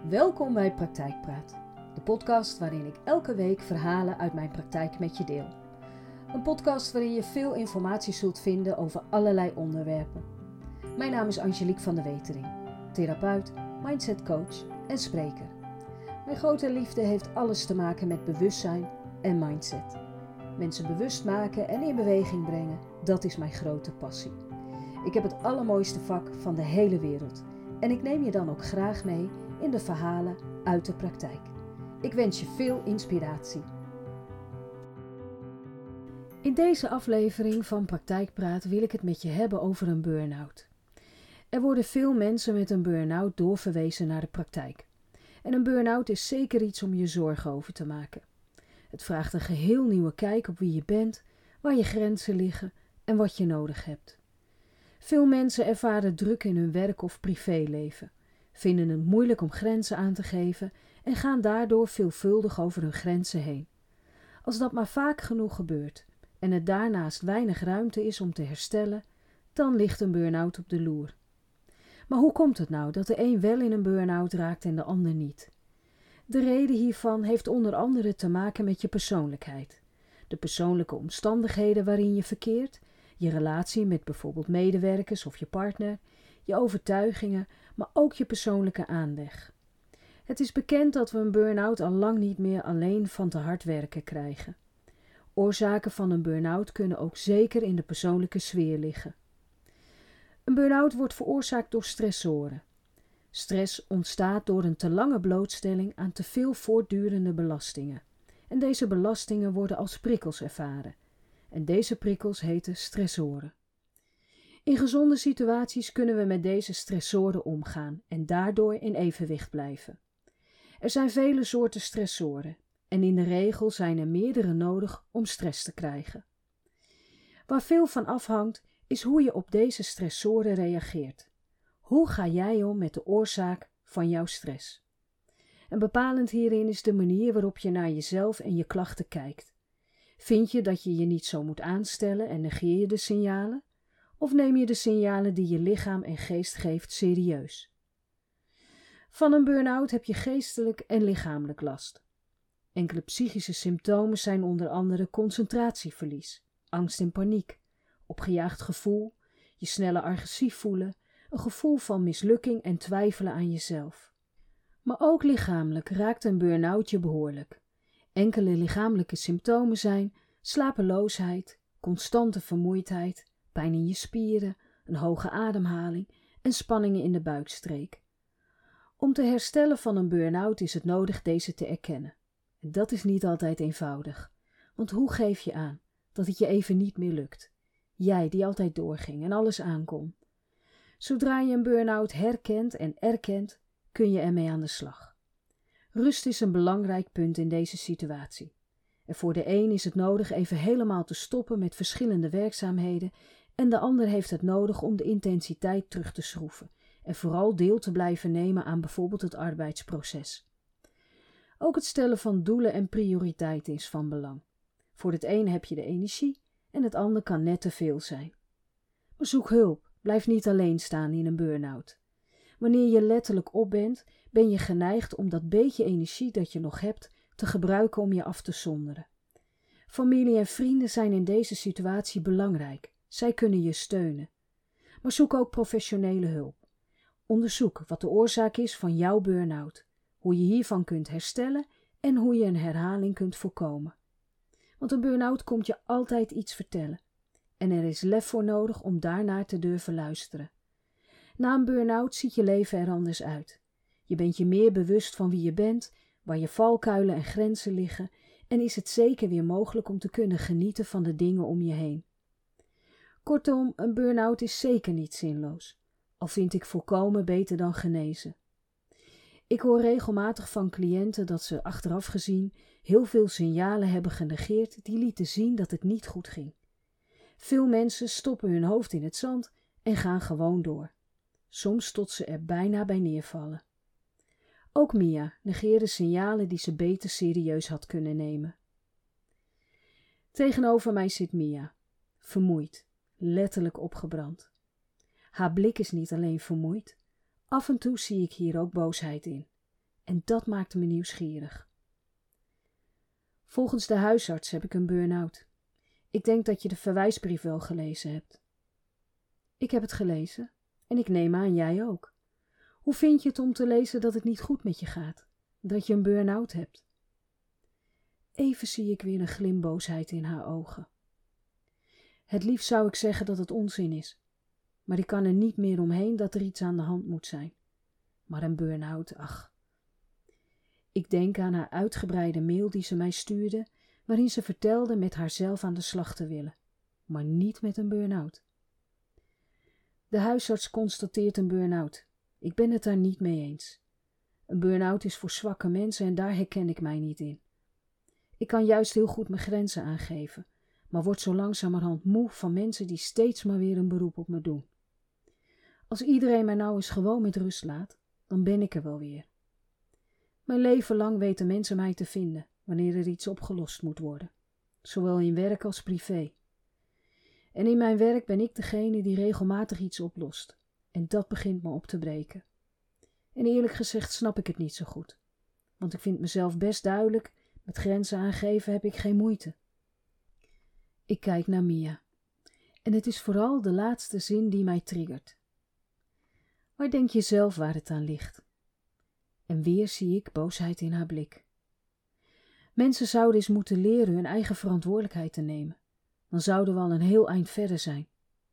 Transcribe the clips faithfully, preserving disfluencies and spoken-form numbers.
Welkom bij Praktijkpraat, de podcast waarin ik elke week verhalen uit mijn praktijk met je deel. Een podcast waarin je veel informatie zult vinden over allerlei onderwerpen. Mijn naam is Angelique van der Wetering, therapeut, mindsetcoach en spreker. Mijn grote liefde heeft alles te maken met bewustzijn en mindset. Mensen bewust maken en in beweging brengen, dat is mijn grote passie. Ik heb het allermooiste vak van de hele wereld en ik neem je dan ook graag mee in de verhalen uit de praktijk. Ik wens je veel inspiratie. In deze aflevering van Praktijkpraat wil ik het met je hebben over een burn-out. Er worden veel mensen met een burn-out doorverwezen naar de praktijk. En een burn-out is zeker iets om je zorgen over te maken. Het vraagt een geheel nieuwe kijk op wie je bent, waar je grenzen liggen en wat je nodig hebt. Veel mensen ervaren druk in hun werk of privéleven, vinden het moeilijk om grenzen aan te geven en gaan daardoor veelvuldig over hun grenzen heen. Als dat maar vaak genoeg gebeurt en er daarnaast weinig ruimte is om te herstellen, dan ligt een burn-out op de loer. Maar hoe komt het nou dat de een wel in een burn-out raakt en de ander niet? De reden hiervan heeft onder andere te maken met je persoonlijkheid, de persoonlijke omstandigheden waarin je verkeert, je relatie met bijvoorbeeld medewerkers of je partner, je overtuigingen, maar ook je persoonlijke aanleg. Het is bekend dat we een burn-out al lang niet meer alleen van te hard werken krijgen. Oorzaken van een burn-out kunnen ook zeker in de persoonlijke sfeer liggen. Een burn-out wordt veroorzaakt door stressoren. Stress ontstaat door een te lange blootstelling aan te veel voortdurende belastingen. En deze belastingen worden als prikkels ervaren. En deze prikkels heten stressoren. In gezonde situaties kunnen we met deze stressoren omgaan en daardoor in evenwicht blijven. Er zijn vele soorten stressoren en in de regel zijn er meerdere nodig om stress te krijgen. Waar veel van afhangt is hoe je op deze stressoren reageert. Hoe ga jij om met de oorzaak van jouw stress? En bepalend hierin is de manier waarop je naar jezelf en je klachten kijkt. Vind je dat je je niet zo moet aanstellen en negeer je de signalen? Of neem je de signalen die je lichaam en geest geeft serieus? Van een burn-out heb je geestelijk en lichamelijk last. Enkele psychische symptomen zijn onder andere concentratieverlies, angst en paniek, opgejaagd gevoel, je sneller agressief voelen, een gevoel van mislukking en twijfelen aan jezelf. Maar ook lichamelijk raakt een burn-out je behoorlijk. Enkele lichamelijke symptomen zijn slapeloosheid, constante vermoeidheid, pijn in je spieren, een hoge ademhaling en spanningen in de buikstreek. Om te herstellen van een burn-out is het nodig deze te erkennen. En dat is niet altijd eenvoudig. Want hoe geef je aan dat het je even niet meer lukt? Jij die altijd doorging en alles aankon. Zodra je een burn-out herkent en erkent, kun je ermee aan de slag. Rust is een belangrijk punt in deze situatie. En voor de een is het nodig even helemaal te stoppen met verschillende werkzaamheden en de ander heeft het nodig om de intensiteit terug te schroeven en vooral deel te blijven nemen aan bijvoorbeeld het arbeidsproces. Ook het stellen van doelen en prioriteiten is van belang. Voor het een heb je de energie en het ander kan net te veel zijn. Maar zoek hulp, blijf niet alleen staan in een burn-out. Wanneer je letterlijk op bent, ben je geneigd om dat beetje energie dat je nog hebt te gebruiken om je af te zonderen. Familie en vrienden zijn in deze situatie belangrijk. Zij kunnen je steunen. Maar zoek ook professionele hulp. Onderzoek wat de oorzaak is van jouw burn-out, hoe je hiervan kunt herstellen en hoe je een herhaling kunt voorkomen. Want een burn-out komt je altijd iets vertellen. En er is lef voor nodig om daarnaar te durven luisteren. Na een burn-out ziet je leven er anders uit. Je bent je meer bewust van wie je bent, waar je valkuilen en grenzen liggen en is het zeker weer mogelijk om te kunnen genieten van de dingen om je heen. Kortom, een burn-out is zeker niet zinloos, al vind ik voorkomen beter dan genezen. Ik hoor regelmatig van cliënten dat ze achteraf gezien heel veel signalen hebben genegeerd die lieten zien dat het niet goed ging. Veel mensen stoppen hun hoofd in het zand en gaan gewoon door. Soms tot ze er bijna bij neervallen. Ook Mia negeerde signalen die ze beter serieus had kunnen nemen. Tegenover mij zit Mia, vermoeid, letterlijk opgebrand. Haar blik is niet alleen vermoeid, af en toe zie ik hier ook boosheid in. En dat maakte me nieuwsgierig. Volgens de huisarts heb ik een burn-out. Ik denk dat je de verwijsbrief wel gelezen hebt. Ik heb het gelezen en ik neem aan jij ook. Hoe vind je het om te lezen dat het niet goed met je gaat? Dat je een burn-out hebt? Even zie ik weer een glim boosheid in haar ogen. Het liefst zou ik zeggen dat het onzin is, maar ik kan er niet meer omheen dat er iets aan de hand moet zijn. Maar een burn-out, ach. Ik denk aan haar uitgebreide mail die ze mij stuurde, waarin ze vertelde met haarzelf aan de slag te willen, maar niet met een burn-out. De huisarts constateert een burn-out. Ik ben het daar niet mee eens. Een burn-out is voor zwakke mensen en daar herken ik mij niet in. Ik kan juist heel goed mijn grenzen aangeven, maar word zo langzamerhand moe van mensen die steeds maar weer een beroep op me doen. Als iedereen mij nou eens gewoon met rust laat, dan ben ik er wel weer. Mijn leven lang weten mensen mij te vinden wanneer er iets opgelost moet worden, zowel in werk als privé. En in mijn werk ben ik degene die regelmatig iets oplost, en dat begint me op te breken. En eerlijk gezegd snap ik het niet zo goed, want ik vind mezelf best duidelijk, met grenzen aangeven heb ik geen moeite. Ik kijk naar Mia, en het is vooral de laatste zin die mij triggert. Waar denk je zelf waar het aan ligt? En weer zie ik boosheid in haar blik. Mensen zouden eens moeten leren hun eigen verantwoordelijkheid te nemen. Dan zouden we al een heel eind verder zijn.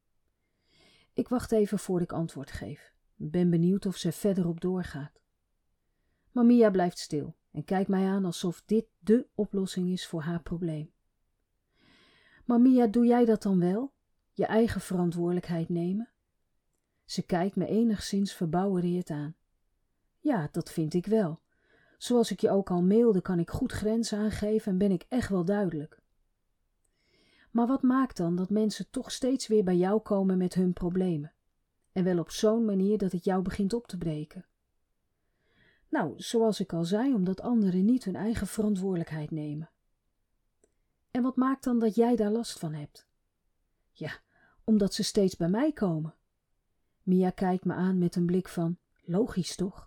Ik wacht even voor ik antwoord geef. Ben benieuwd of ze verderop doorgaat. Maar Mia blijft stil en kijkt mij aan alsof dit dé oplossing is voor haar probleem. Maar Mia, doe jij dat dan wel? Je eigen verantwoordelijkheid nemen? Ze kijkt me enigszins verbouwereerd aan. Ja, dat vind ik wel. Zoals ik je ook al mailde, kan ik goed grenzen aangeven en ben ik echt wel duidelijk. Maar wat maakt dan dat mensen toch steeds weer bij jou komen met hun problemen? En wel op zo'n manier dat het jou begint op te breken. Nou, zoals ik al zei, omdat anderen niet hun eigen verantwoordelijkheid nemen. En wat maakt dan dat jij daar last van hebt? Ja, omdat ze steeds bij mij komen. Mia kijkt me aan met een blik van, logisch toch?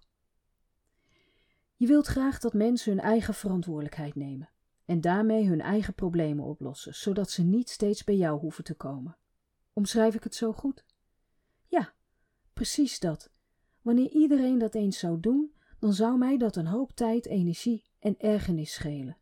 Je wilt graag dat mensen hun eigen verantwoordelijkheid nemen en daarmee hun eigen problemen oplossen, zodat ze niet steeds bij jou hoeven te komen. Omschrijf ik het zo goed? Ja, precies dat. Wanneer iedereen dat eens zou doen, dan zou mij dat een hoop tijd, energie en ergernis schelen.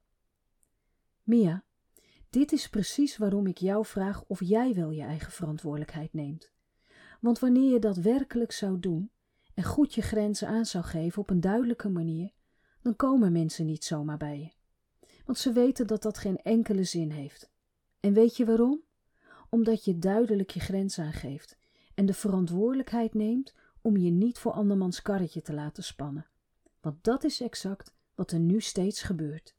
Mia, dit is precies waarom ik jou vraag of jij wel je eigen verantwoordelijkheid neemt. Want wanneer je dat werkelijk zou doen en goed je grenzen aan zou geven op een duidelijke manier, dan komen mensen niet zomaar bij je. Want ze weten dat dat geen enkele zin heeft. En weet je waarom? Omdat je duidelijk je grens aangeeft en de verantwoordelijkheid neemt om je niet voor andermans karretje te laten spannen. Want dat is exact wat er nu steeds gebeurt.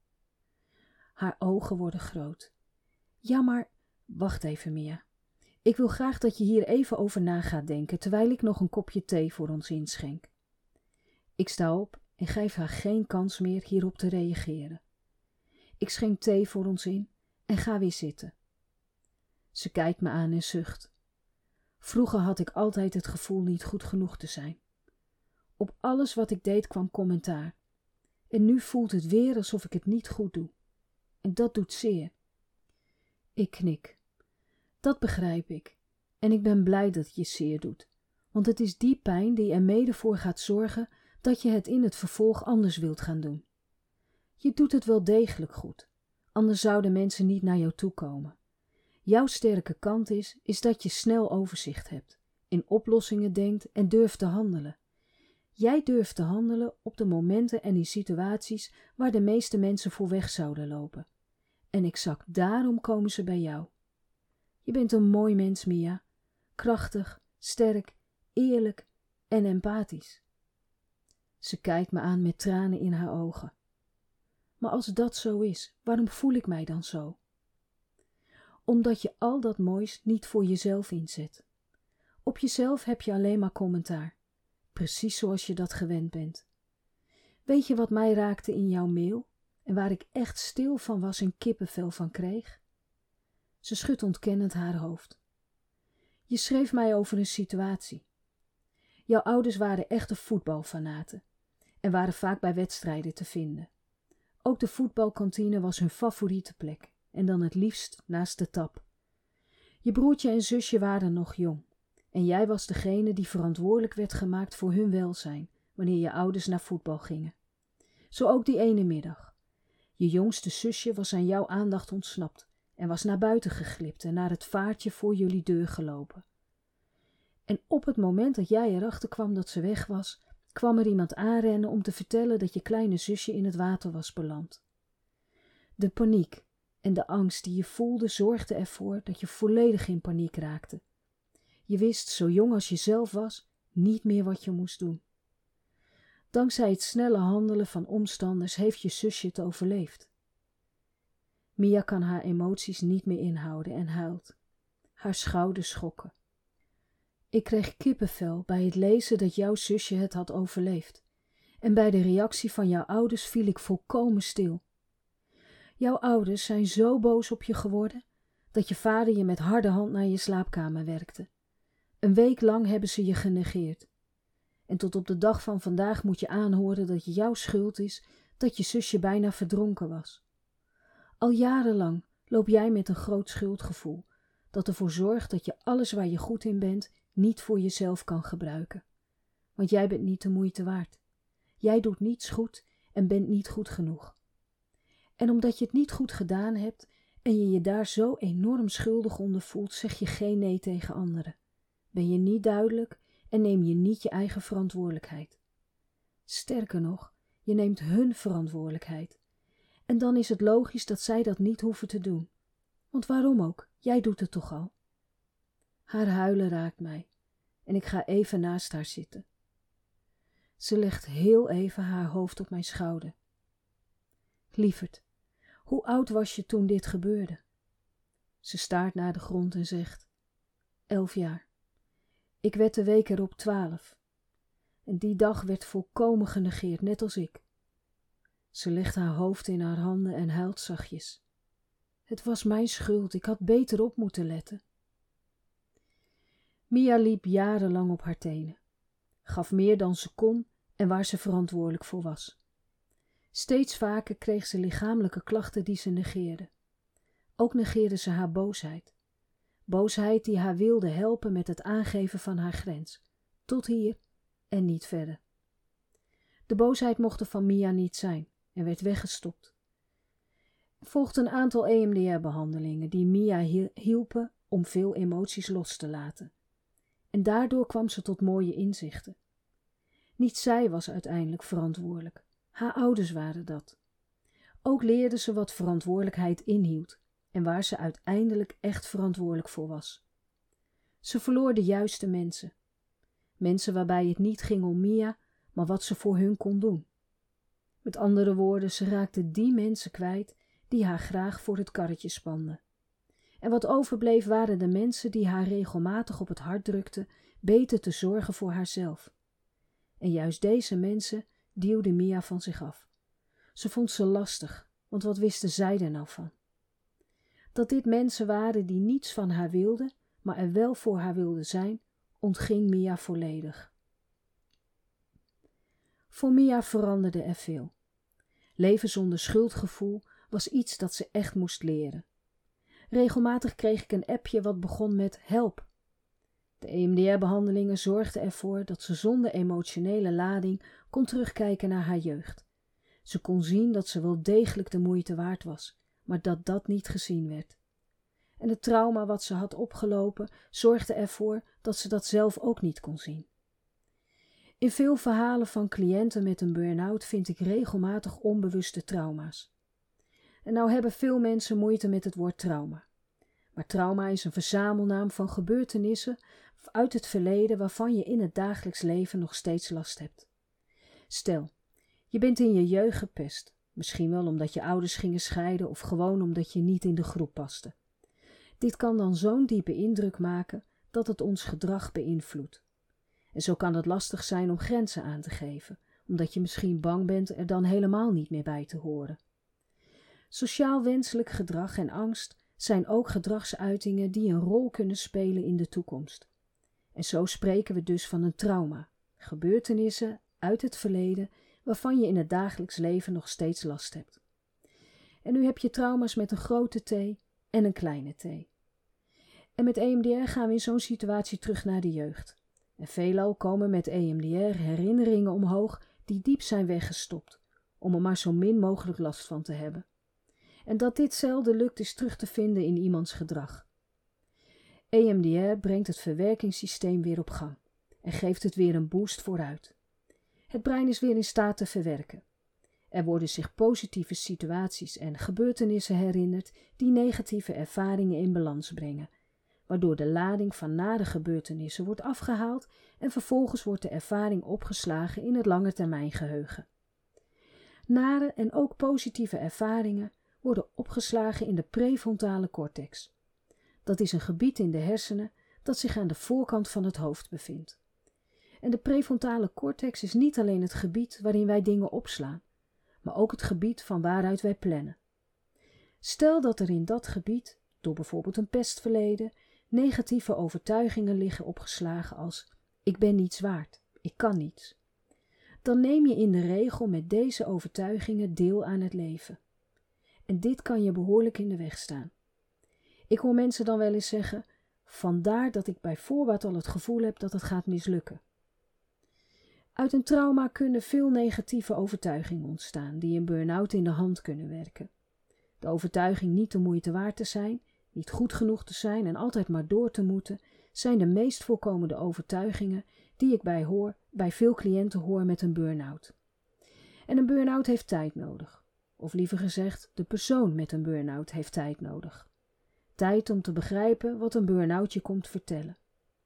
Haar ogen worden groot. Ja, maar wacht even, Mia. Ik wil graag dat je hier even over na gaat denken, terwijl ik nog een kopje thee voor ons inschenk. Ik sta op en geef haar geen kans meer hierop te reageren. Ik schenk thee voor ons in en ga weer zitten. Ze kijkt me aan en zucht. Vroeger had ik altijd het gevoel niet goed genoeg te zijn. Op alles wat ik deed kwam commentaar. En nu voelt het weer alsof ik het niet goed doe. En dat doet zeer. Ik knik. Dat begrijp ik. En ik ben blij dat het je zeer doet. Want het is die pijn die er mede voor gaat zorgen dat je het in het vervolg anders wilt gaan doen. Je doet het wel degelijk goed. Anders zouden mensen niet naar jou toe komen. Jouw sterke kant is, is dat je snel overzicht hebt, in oplossingen denkt en durft te handelen. Jij durft te handelen op de momenten en in situaties waar de meeste mensen voor weg zouden lopen. En exact daarom komen ze bij jou. Je bent een mooi mens, Mia. Krachtig, sterk, eerlijk en empathisch. Ze kijkt me aan met tranen in haar ogen. Maar als dat zo is, waarom voel ik mij dan zo? Omdat je al dat moois niet voor jezelf inzet. Op jezelf heb je alleen maar commentaar. Precies zoals je dat gewend bent. Weet je wat mij raakte in jouw mail en waar ik echt stil van was en kippenvel van kreeg? Ze schudt ontkennend haar hoofd. Je schreef mij over een situatie. Jouw ouders waren echte voetbalfanaten. en waren vaak bij wedstrijden te vinden. Ook de voetbalkantine was hun favoriete plek en dan het liefst naast de tap. Je broertje en zusje waren nog jong en jij was degene die verantwoordelijk werd gemaakt voor hun welzijn wanneer je ouders naar voetbal gingen. Zo ook die ene middag. Je jongste zusje was aan jouw aandacht ontsnapt en was naar buiten geglipt en naar het vaartje voor jullie deur gelopen. En op het moment dat jij erachter kwam dat ze weg was, kwam er iemand aanrennen om te vertellen dat je kleine zusje in het water was beland. De paniek en de angst die je voelde zorgden ervoor dat je volledig in paniek raakte. Je wist, zo jong als je zelf was, niet meer wat je moest doen. Dankzij het snelle handelen van omstanders heeft je zusje het overleefd. Mia kan haar emoties niet meer inhouden en huilt. Haar schouders schokken. Ik kreeg kippenvel bij het lezen dat jouw zusje het had overleefd. En bij de reactie van jouw ouders viel ik volkomen stil. Jouw ouders zijn zo boos op je geworden dat je vader je met harde hand naar je slaapkamer werkte. Een week lang hebben ze je genegeerd. En tot op de dag van vandaag moet je aanhoren dat het jouw schuld is dat je zusje bijna verdronken was. Al jarenlang loop jij met een groot schuldgevoel dat ervoor zorgt dat je alles waar je goed in bent niet voor jezelf kan gebruiken. Want jij bent niet de moeite waard. Jij doet niets goed en bent niet goed genoeg. En omdat je het niet goed gedaan hebt en je je daar zo enorm schuldig onder voelt, zeg je geen nee tegen anderen. Ben je niet duidelijk en neem je niet je eigen verantwoordelijkheid. Sterker nog, je neemt hun verantwoordelijkheid. En dan is het logisch dat zij dat niet hoeven te doen. Want waarom ook? Jij doet het toch al? Haar huilen raakt mij en ik ga even naast haar zitten. Ze legt heel even haar hoofd op mijn schouder. Lieverd, hoe oud was je toen dit gebeurde? Ze staart naar de grond en zegt, elf jaar. Ik werd de week erop twaalf. En die dag werd volkomen genegeerd, net als ik. Ze legt haar hoofd in haar handen en huilt zachtjes. Het was mijn schuld, ik had beter op moeten letten. Mia liep jarenlang op haar tenen, gaf meer dan ze kon en waar ze verantwoordelijk voor was. Steeds vaker kreeg ze lichamelijke klachten die ze negeerde. Ook negeerde ze haar boosheid. Boosheid die haar wilde helpen met het aangeven van haar grens. Tot hier en niet verder. De boosheid mocht er van Mia niet zijn en werd weggestopt. Er volgden een aantal E M D R-behandelingen die Mia hielpen om veel emoties los te laten. En daardoor kwam ze tot mooie inzichten. Niet zij was uiteindelijk verantwoordelijk. Haar ouders waren dat. Ook leerde ze wat verantwoordelijkheid inhield en waar ze uiteindelijk echt verantwoordelijk voor was. Ze verloor de juiste mensen. Mensen waarbij het niet ging om Mia, maar wat ze voor hun kon doen. Met andere woorden, ze raakte die mensen kwijt die haar graag voor het karretje spanden. En wat overbleef waren de mensen die haar regelmatig op het hart drukten beter te zorgen voor haarzelf. En juist deze mensen duwde Mia van zich af. Ze vond ze lastig, want wat wisten zij er nou van? Dat dit mensen waren die niets van haar wilden, maar er wel voor haar wilden zijn, ontging Mia volledig. Voor Mia veranderde er veel. Leven zonder schuldgevoel was iets dat ze echt moest leren. Regelmatig kreeg ik een appje wat begon met help. De E M D R-behandelingen zorgden ervoor dat ze zonder emotionele lading kon terugkijken naar haar jeugd. Ze kon zien dat ze wel degelijk de moeite waard was, maar dat dat niet gezien werd. En het trauma wat ze had opgelopen zorgde ervoor dat ze dat zelf ook niet kon zien. In veel verhalen van cliënten met een burn-out vind ik regelmatig onbewuste trauma's. En nou hebben veel mensen moeite met het woord trauma. Maar trauma is een verzamelnaam van gebeurtenissen uit het verleden waarvan je in het dagelijks leven nog steeds last hebt. Stel, je bent in je jeugd gepest, misschien wel omdat je ouders gingen scheiden of gewoon omdat je niet in de groep paste. Dit kan dan zo'n diepe indruk maken dat het ons gedrag beïnvloedt. En zo kan het lastig zijn om grenzen aan te geven, omdat je misschien bang bent er dan helemaal niet meer bij te horen. Sociaal wenselijk gedrag en angst zijn ook gedragsuitingen die een rol kunnen spelen in de toekomst. En zo spreken we dus van een trauma, gebeurtenissen uit het verleden waarvan je in het dagelijks leven nog steeds last hebt. En nu heb je trauma's met een grote T en een kleine T. En met E M D R gaan we in zo'n situatie terug naar de jeugd. En veelal komen met E M D R herinneringen omhoog die diep zijn weggestopt, om er maar zo min mogelijk last van te hebben. En dat dit zelden lukt is terug te vinden in iemands gedrag. E M D R brengt het verwerkingssysteem weer op gang en geeft het weer een boost vooruit. Het brein is weer in staat te verwerken. Er worden zich positieve situaties en gebeurtenissen herinnerd die negatieve ervaringen in balans brengen, waardoor de lading van nare gebeurtenissen wordt afgehaald en vervolgens wordt de ervaring opgeslagen in het langetermijngeheugen. Nare en ook positieve ervaringen worden opgeslagen in de prefrontale cortex. Dat is een gebied in de hersenen dat zich aan de voorkant van het hoofd bevindt. En de prefrontale cortex is niet alleen het gebied waarin wij dingen opslaan, maar ook het gebied van waaruit wij plannen. Stel dat er in dat gebied, door bijvoorbeeld een pestverleden, negatieve overtuigingen liggen opgeslagen als ik ben niets waard, ik kan niets. Dan neem je in de regel met deze overtuigingen deel aan het leven. En dit kan je behoorlijk in de weg staan. Ik hoor mensen dan wel eens zeggen, vandaar dat ik bij voorbaat al het gevoel heb dat het gaat mislukken. Uit een trauma kunnen veel negatieve overtuigingen ontstaan die een burn-out in de hand kunnen werken. De overtuiging niet de moeite waard te zijn, niet goed genoeg te zijn en altijd maar door te moeten, zijn de meest voorkomende overtuigingen die ik bij, hoor, bij veel cliënten hoor met een burn-out. En een burn-out heeft tijd nodig. Of liever gezegd, de persoon met een burn-out heeft tijd nodig. Tijd om te begrijpen wat een burn-out je komt vertellen.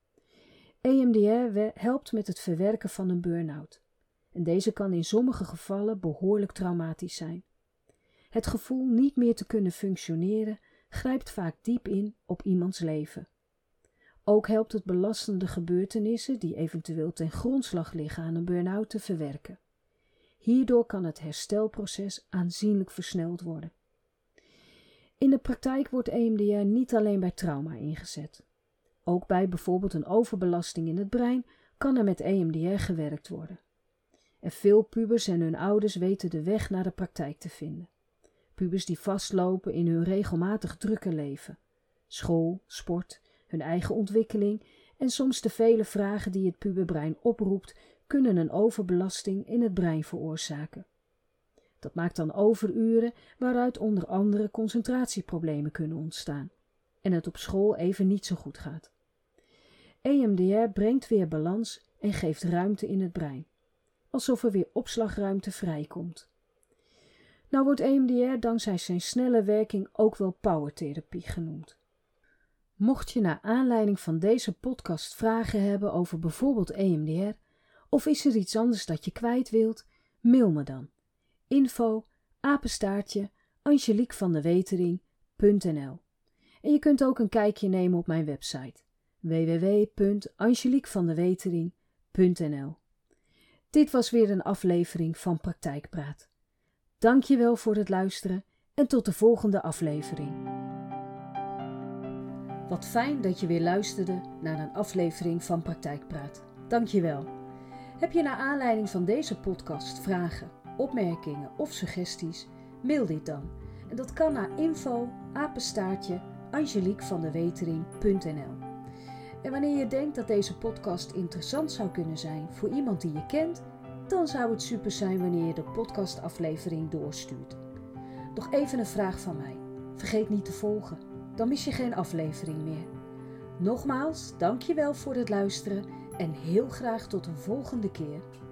E M D R helpt met het verwerken van een burn-out. En deze kan in sommige gevallen behoorlijk traumatisch zijn. Het gevoel niet meer te kunnen functioneren grijpt vaak diep in op iemands leven. Ook helpt het belastende gebeurtenissen die eventueel ten grondslag liggen aan een burn-out te verwerken. Hierdoor kan het herstelproces aanzienlijk versneld worden. In de praktijk wordt E M D R niet alleen bij trauma ingezet. Ook bij bijvoorbeeld een overbelasting in het brein kan er met E M D R gewerkt worden. En veel pubers en hun ouders weten de weg naar de praktijk te vinden. Pubers die vastlopen in hun regelmatig drukke leven. School, sport, hun eigen ontwikkeling en soms de vele vragen die het puberbrein oproept, kunnen een overbelasting in het brein veroorzaken. Dat maakt dan overuren waaruit onder andere concentratieproblemen kunnen ontstaan en het op school even niet zo goed gaat. E M D R brengt weer balans en geeft ruimte in het brein, alsof er weer opslagruimte vrijkomt. Nou wordt E M D R dankzij zijn snelle werking ook wel powertherapie genoemd. Mocht je naar aanleiding van deze podcast vragen hebben over bijvoorbeeld E M D R, of is er iets anders dat je kwijt wilt, mail me dan. Info, apenstaartje, angeliekvandewetering punt n l. En je kunt ook een kijkje nemen op mijn website w w w punt angeliekvandewetering punt n l. Dit was weer een aflevering van Praktijkpraat. Dank je wel voor het luisteren en tot de volgende aflevering. Wat fijn dat je weer luisterde naar een aflevering van Praktijkpraat. Dank je wel. Heb je naar aanleiding van deze podcast vragen, opmerkingen of suggesties? Mail dit dan. En dat kan naar info, apenstaartje, angeliekvandewetering punt n l. En wanneer je denkt dat deze podcast interessant zou kunnen zijn voor iemand die je kent, dan zou het super zijn wanneer je de podcastaflevering doorstuurt. Nog even een vraag van mij. Vergeet niet te volgen, dan mis je geen aflevering meer. Nogmaals, dank je wel voor het luisteren en heel graag tot een volgende keer.